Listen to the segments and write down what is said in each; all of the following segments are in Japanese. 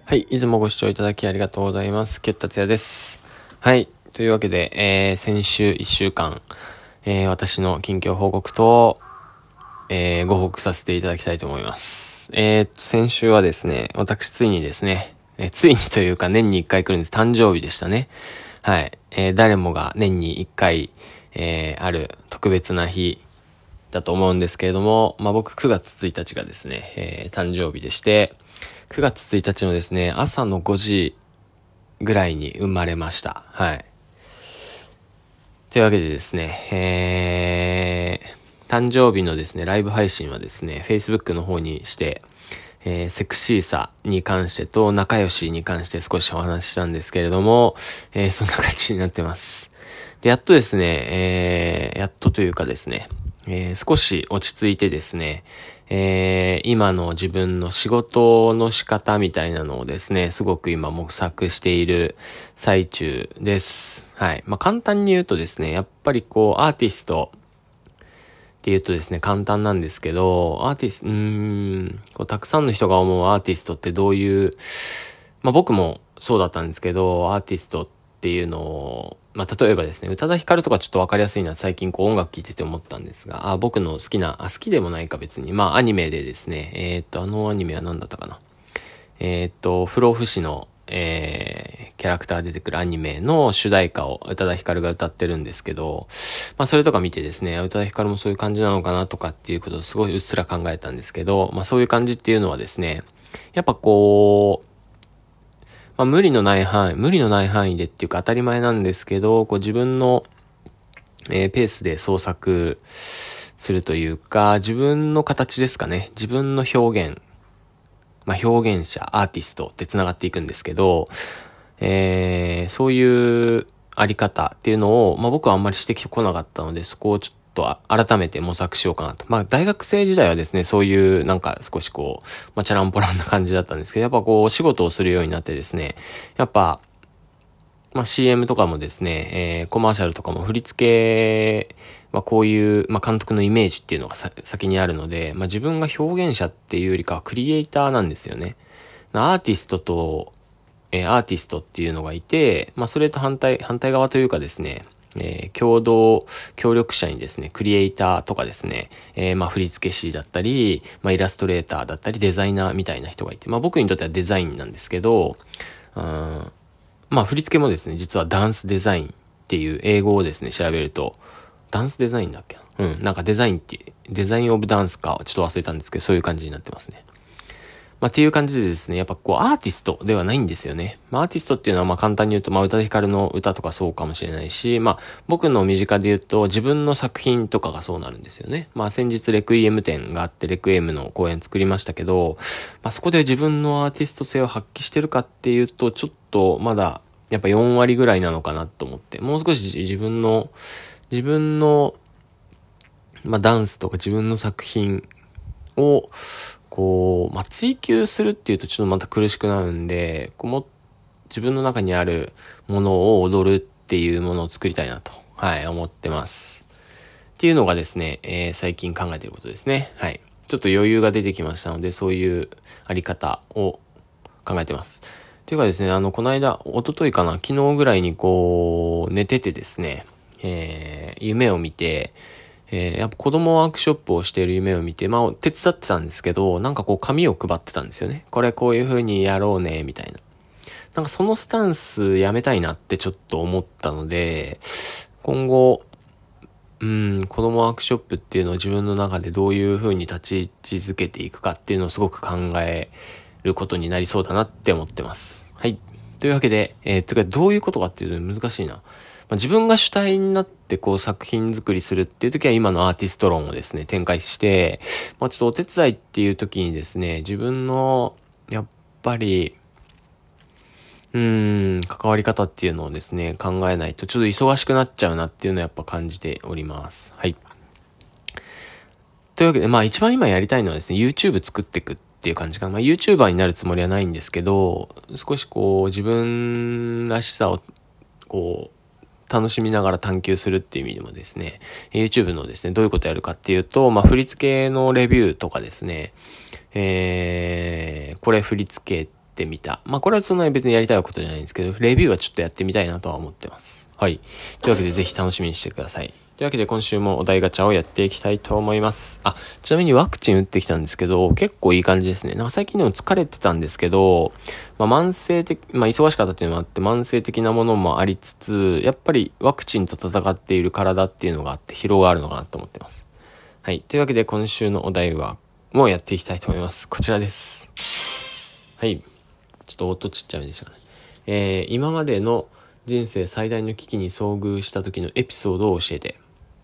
はい、いつもご視聴いただきありがとうございます。ケッタツヤです。はい、というわけで、先週1週間、私の近況報告と、ご報告させていただきたいと思います。先週はですね、私ついにですね、ついにというか年に1回来るんです。誕生日でしたね。はい、誰もが年に1回、ある特別な日だと思うんですけれども、僕9月1日がですね、誕生日でして、9月1日のですね、朝の5時ぐらいに生まれました。はい。というわけでですね、誕生日のですね、ライブ配信はですね、Facebook の方にして、セクシーさに関してと仲良しに関して少しお話ししたんですけれども、そんな感じになってます。で、やっとですね、やっとというかですね、少し落ち着いてですね、今の自分の仕事の仕方みたいなのをですね、すごく今模索している最中です。はい。簡単に言うとですね、やっぱりアーティストって言うとですね、簡単なんですけど、アーティスト、たくさんの人が思うアーティストってどういう、僕もそうだったんですけど、アーティストっていうのを、例えばですね、宇多田ヒカルとかちょっとわかりやすいな、最近音楽聴いてて思ったんですが、僕の好きな、好きでもないか別に、アニメでですね、あのアニメは何だったかな。不老不死の、キャラクター出てくるアニメの主題歌を宇多田ヒカルが歌ってるんですけど、それとか見てですね、宇多田ヒカルもそういう感じなのかなとかっていうことをすごいうっすら考えたんですけど、そういう感じっていうのはですね、やっぱ無理のない範囲でっていうか当たり前なんですけど、自分の、ペースで創作するというか、自分の形ですかね。自分の表現。表現者、アーティストって繋がっていくんですけど、そういうあり方っていうのを、僕はあんまりしてきてこなかったので、そこをちょっと改めて模索しようかなと。大学生時代はですね、そういう少しチャランポランな感じだったんですけど、やっぱお仕事をするようになってですね、やっぱ、CM とかもですね、コマーシャルとかも振り付けはこういう、監督のイメージっていうのが先にあるので、自分が表現者っていうよりかはクリエイターなんですよね。アーティストと、アーティストっていうのがいて、それと反対側というかですね、協力者にですね、クリエイターとかですね、振付師だったり、イラストレーターだったり、デザイナーみたいな人がいて、僕にとってはデザインなんですけど、振り付けもですね、実はダンスデザインっていう英語をですね、調べると、ダンスデザインだっけなデザインって、デザインオブダンスか、ちょっと忘れたんですけど、そういう感じになってますね。っていう感じでですね、やっぱアーティストではないんですよね。アーティストっていうのは簡単に言うと、宇多田ヒカルの歌とかそうかもしれないし、僕の身近で言うと、自分の作品とかがそうなるんですよね。先日レクイエム展があって、レクイエムの公演作りましたけど、そこで自分のアーティスト性を発揮してるかっていうと、ちょっとまだ、やっぱ4割ぐらいなのかなと思って、もう少し自分の、ダンスとか自分の作品を、追求するっていうとちょっとまた苦しくなるんで、自分の中にあるものを踊るっていうものを作りたいなと、思ってます。っていうのがですね、最近考えていることですね。はい。ちょっと余裕が出てきましたので、そういうあり方を考えてます。というかですね、この間、一昨日かな、昨日ぐらいに寝ててですね、夢を見て、やっぱ子供ワークショップをしている夢を見て、手伝ってたんですけど、紙を配ってたんですよね。こういう風にやろうね、みたいな。そのスタンスやめたいなってちょっと思ったので、今後、子供ワークショップっていうのを自分の中でどういう風に立ち位置づけていくかっていうのをすごく考えることになりそうだなって思ってます。はい。というわけで、どういうことかっていうと難しいな。自分が主体になって作品作りするっていう時は今のアーティスト論をですね、展開して、ちょっとお手伝いっていう時にですね、自分の、やっぱり、関わり方っていうのをですね、考えないとちょっと忙しくなっちゃうなっていうのをやっぱ感じております。はい。というわけで、一番今やりたいのはですね、YouTube 作っていくっていう感じかな。YouTuber になるつもりはないんですけど、少し自分らしさを、楽しみながら探求するっていう意味でもですね、YouTube のですね、どういうことやるかっていうと、振り付けのレビューとかですね、これ振り付けってみた。まあこれはそんなに別にやりたいことじゃないんですけど、レビューはちょっとやってみたいなとは思ってます。はい。というわけでぜひ楽しみにしてください。というわけで今週もお題ガチャをやっていきたいと思います。ちなみにワクチン打ってきたんですけど、結構いい感じですね。なんか最近でも疲れてたんですけど、慢性的、忙しかったっていうのもあって、慢性的なものもありつつ、やっぱりワクチンと戦っている体っていうのがあって疲労があるのかなと思ってます。はい。というわけで今週のお題は、もうやっていきたいと思います。こちらです。はい。ちょっと音ちっちゃめでしたね。今までの人生最大の危機に遭遇した時のエピソードを教えて。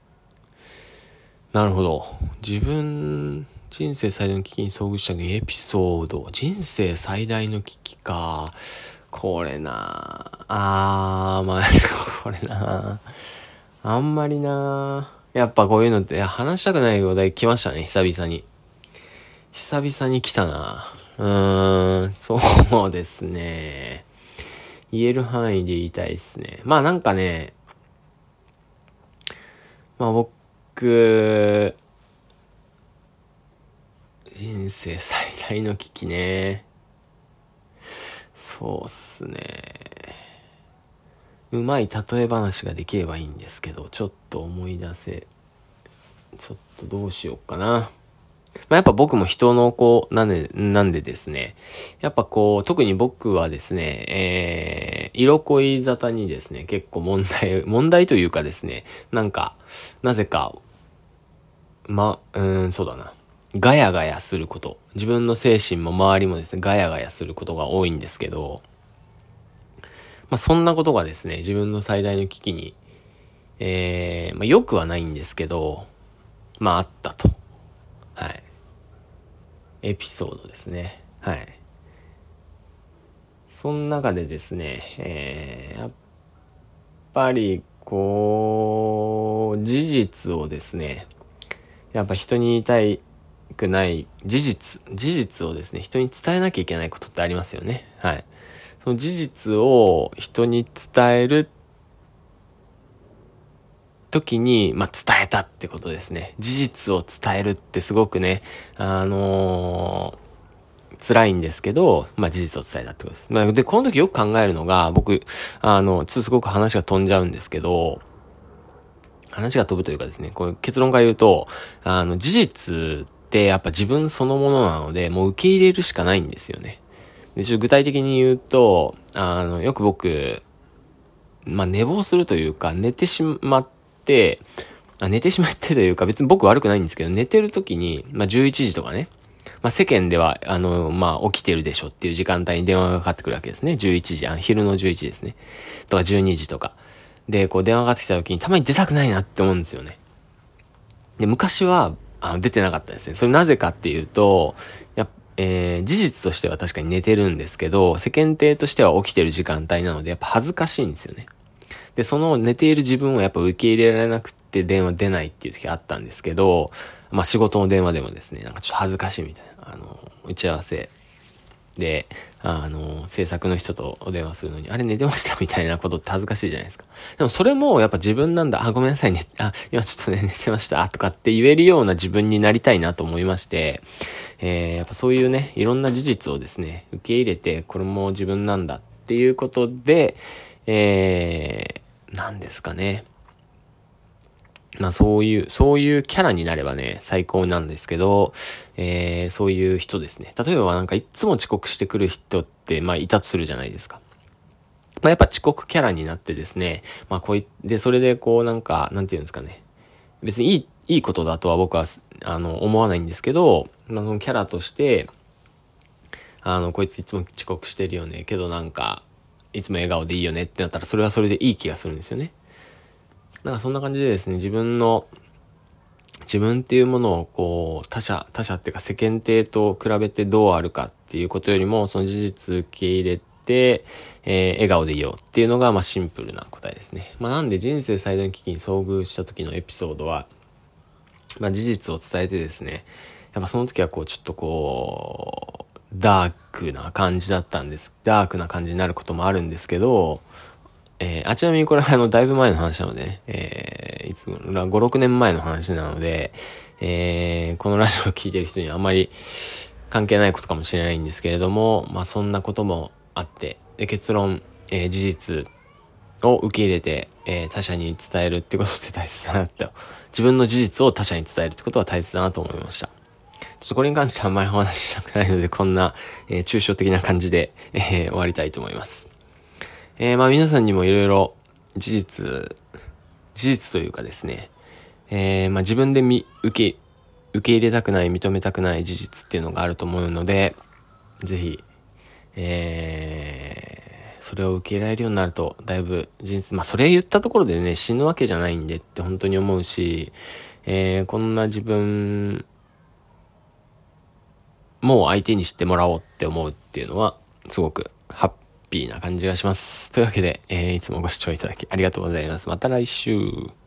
なるほど。人生最大の危機に遭遇した時のエピソード。人生最大の危機か。これなこれなあんまりなやっぱこういうのって話したくない話題来ましたね、久々に。久々に来たな。そうですね。言える範囲で言いたいですね。なんかね、僕、人生最大の危機ね。そうっすね。うまい例え話ができればいいんですけど、ちょっとどうしようかな。やっぱ僕も人の子なんでですね、やっぱ特に僕はですね、色恋沙汰にですね、結構問題というかですね、なぜか、そうだな。ガヤガヤすること。自分の精神も周りもですね、ガヤガヤすることが多いんですけど、そんなことがですね、自分の最大の危機に、良くはないんですけど、あったと。はい。エピソードですね。はい。その中でですね、やっぱり、事実をですね、やっぱ人に言いたくない事実をですね、人に伝えなきゃいけないことってありますよね。はい。その事実を人に伝える時に、伝えたってことですね。事実を伝えるってすごくね、辛いんですけど、事実を伝えたってことです。で、この時よく考えるのが、僕、ちょっとすごく話が飛んじゃうんですけど、話が飛ぶというかですね、こう結論から言うと、事実ってやっぱ自分そのものなので、もう受け入れるしかないんですよね。で、ちょっと具体的に言うと、よく僕、寝坊するというか、寝てしまってというか、別に僕悪くないんですけど、寝てる時に、11時とかね、世間では、起きてるでしょっていう時間帯に電話がかかってくるわけですね。11時、昼の11時ですね。とか12時とか。で、電話がかかってきた時にたまに出たくないなって思うんですよね。で、昔は、出てなかったですね。それなぜかっていうと、事実としては確かに寝てるんですけど、世間体としては起きてる時間帯なので、やっぱ恥ずかしいんですよね。で、その寝ている自分をやっぱ受け入れられなくて電話出ないっていう時があったんですけど、仕事の電話でもですね、ちょっと恥ずかしいみたいな、打ち合わせで、制作の人とお電話するのに、あれ寝てましたみたいなことって恥ずかしいじゃないですか。でもそれもやっぱ自分なんだ、ごめんなさいね、今ちょっとね、寝てましたとかって言えるような自分になりたいなと思いまして、やっぱそういうね、いろんな事実をですね、受け入れて、これも自分なんだっていうことで、なんですかね。そういうキャラになればね、最高なんですけど、そういう人ですね。例えばいつも遅刻してくる人って、いたとするじゃないですか。やっぱ遅刻キャラになってですね、それでなんていうんですかね。別にいいことだとは僕は、思わないんですけど、そのキャラとして、こいついつも遅刻してるよね。けどいつも笑顔でいいよねってなったら、それはそれでいい気がするんですよね。そんな感じでですね、自分っていうものを他者っていうか世間体と比べてどうあるかっていうことよりも、その事実受け入れて、笑顔でいようっていうのがシンプルな答えですね。なんで人生最大の危機に遭遇した時のエピソードは、事実を伝えてですね、やっぱその時はちょっとダークな感じだったんです。ダークな感じになることもあるんですけど、ちなみにこれはだいぶ前の話なのでね、5、6年前の話なので、このラジオを聞いてる人にはあんまり、 関係ないことかもしれないんですけれども、そんなこともあって、で結論、事実を受け入れて、他者に伝えるってことって大切だなって、自分の事実を他者に伝えるってことは大切だなと思いました。ちょっとこれに関してはあんまりお話ししたくないので、こんな、抽象的な感じで、終わりたいと思います。皆さんにもいろいろ事実というかですね、自分で受け入れたくない、認めたくない事実っていうのがあると思うので、ぜひ、それを受け入れられるようになると、だいぶ人生、それ言ったところでね、死ぬわけじゃないんでって本当に思うし、こんな自分、もう相手に知ってもらおうって思うっていうのは、すごくハッピーな感じがします。というわけで、いつもご視聴いただきありがとうございます。また来週。